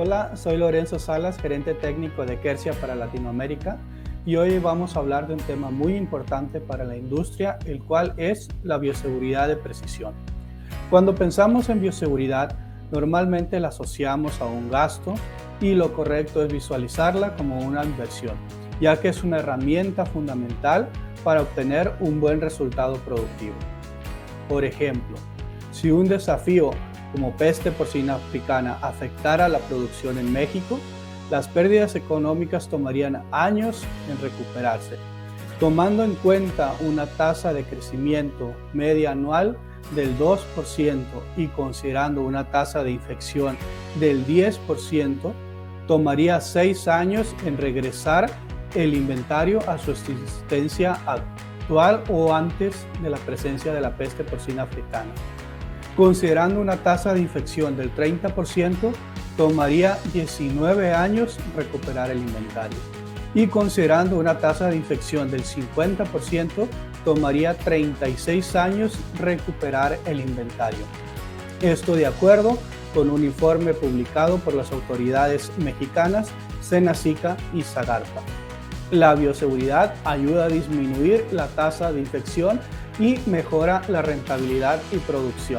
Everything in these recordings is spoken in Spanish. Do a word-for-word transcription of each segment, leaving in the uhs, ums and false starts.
Hola, soy Lorenzo Salas, gerente técnico de Quercia para Latinoamérica, y hoy vamos a hablar de un tema muy importante para la industria, el cual es la bioseguridad de precisión. Cuando pensamos en bioseguridad, normalmente la asociamos a un gasto y lo correcto es visualizarla como una inversión, ya que es una herramienta fundamental para obtener un buen resultado productivo. Por ejemplo, si un desafío como peste porcina africana afectara la producción en México, las pérdidas económicas tomarían años en recuperarse. Tomando en cuenta una tasa de crecimiento media anual del dos por ciento y considerando una tasa de infección del diez por ciento, tomaría seis años en regresar el inventario a su existencia actual o antes de la presencia de la peste porcina africana. Considerando una tasa de infección del treinta por ciento, tomaría diecinueve años recuperar el inventario. Y considerando una tasa de infección del cincuenta por ciento, tomaría treinta y seis años recuperar el inventario. Esto de acuerdo con un informe publicado por las autoridades mexicanas Senacica y Zagarpa. La bioseguridad ayuda a disminuir la tasa de infección y mejora la rentabilidad y producción.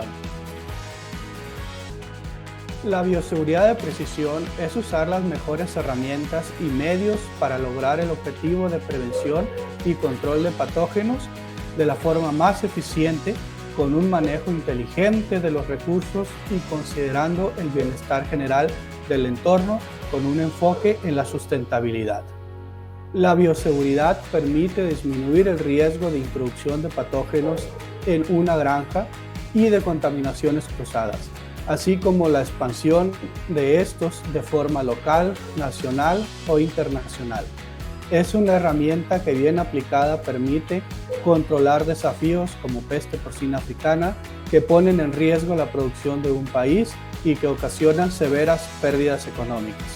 La bioseguridad de precisión es usar las mejores herramientas y medios para lograr el objetivo de prevención y control de patógenos de la forma más eficiente, con un manejo inteligente de los recursos y considerando el bienestar general del entorno con un enfoque en la sustentabilidad. La bioseguridad permite disminuir el riesgo de introducción de patógenos en una granja y de contaminaciones cruzadas, así como la expansión de estos de forma local, nacional o internacional. Es una herramienta que bien aplicada permite controlar desafíos como peste porcina africana que ponen en riesgo la producción de un país y que ocasionan severas pérdidas económicas.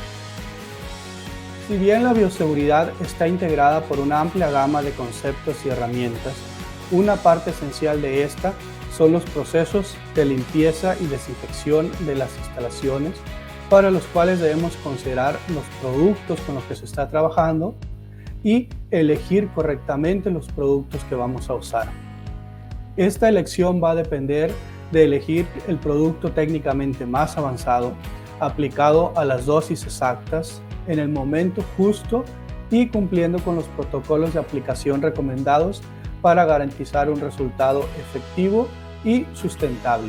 Si bien la bioseguridad está integrada por una amplia gama de conceptos y herramientas, una parte esencial de esta son los procesos de limpieza y desinfección de las instalaciones, para los cuales debemos considerar los productos con los que se está trabajando y elegir correctamente los productos que vamos a usar. Esta elección va a depender de elegir el producto técnicamente más avanzado, aplicado a las dosis exactas, en el momento justo y cumpliendo con los protocolos de aplicación recomendados para garantizar un resultado efectivo y sustentable.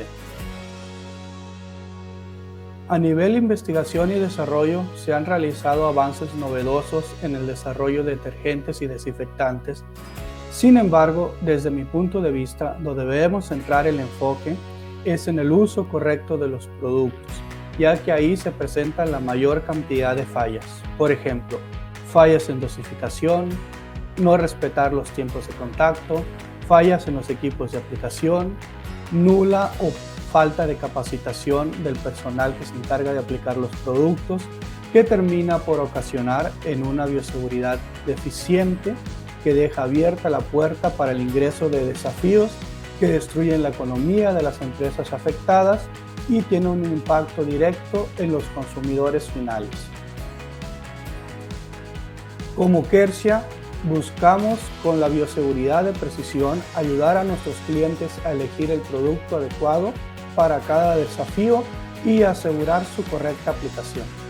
A nivel de investigación y desarrollo se han realizado avances novedosos en el desarrollo de detergentes y desinfectantes. Sin embargo, desde mi punto de vista, donde debemos centrar el enfoque es en el uso correcto de los productos, ya que ahí se presentan la mayor cantidad de fallas. Por ejemplo, fallas en dosificación, no respetar los tiempos de contacto, fallas en los equipos de aplicación, nula o falta de capacitación del personal que se encarga de aplicar los productos, que termina por ocasionar en una bioseguridad deficiente que deja abierta la puerta para el ingreso de desafíos que destruyen la economía de las empresas afectadas y tiene un impacto directo en los consumidores finales. Como Quercia, buscamos con la bioseguridad de precisión ayudar a nuestros clientes a elegir el producto adecuado para cada desafío y asegurar su correcta aplicación.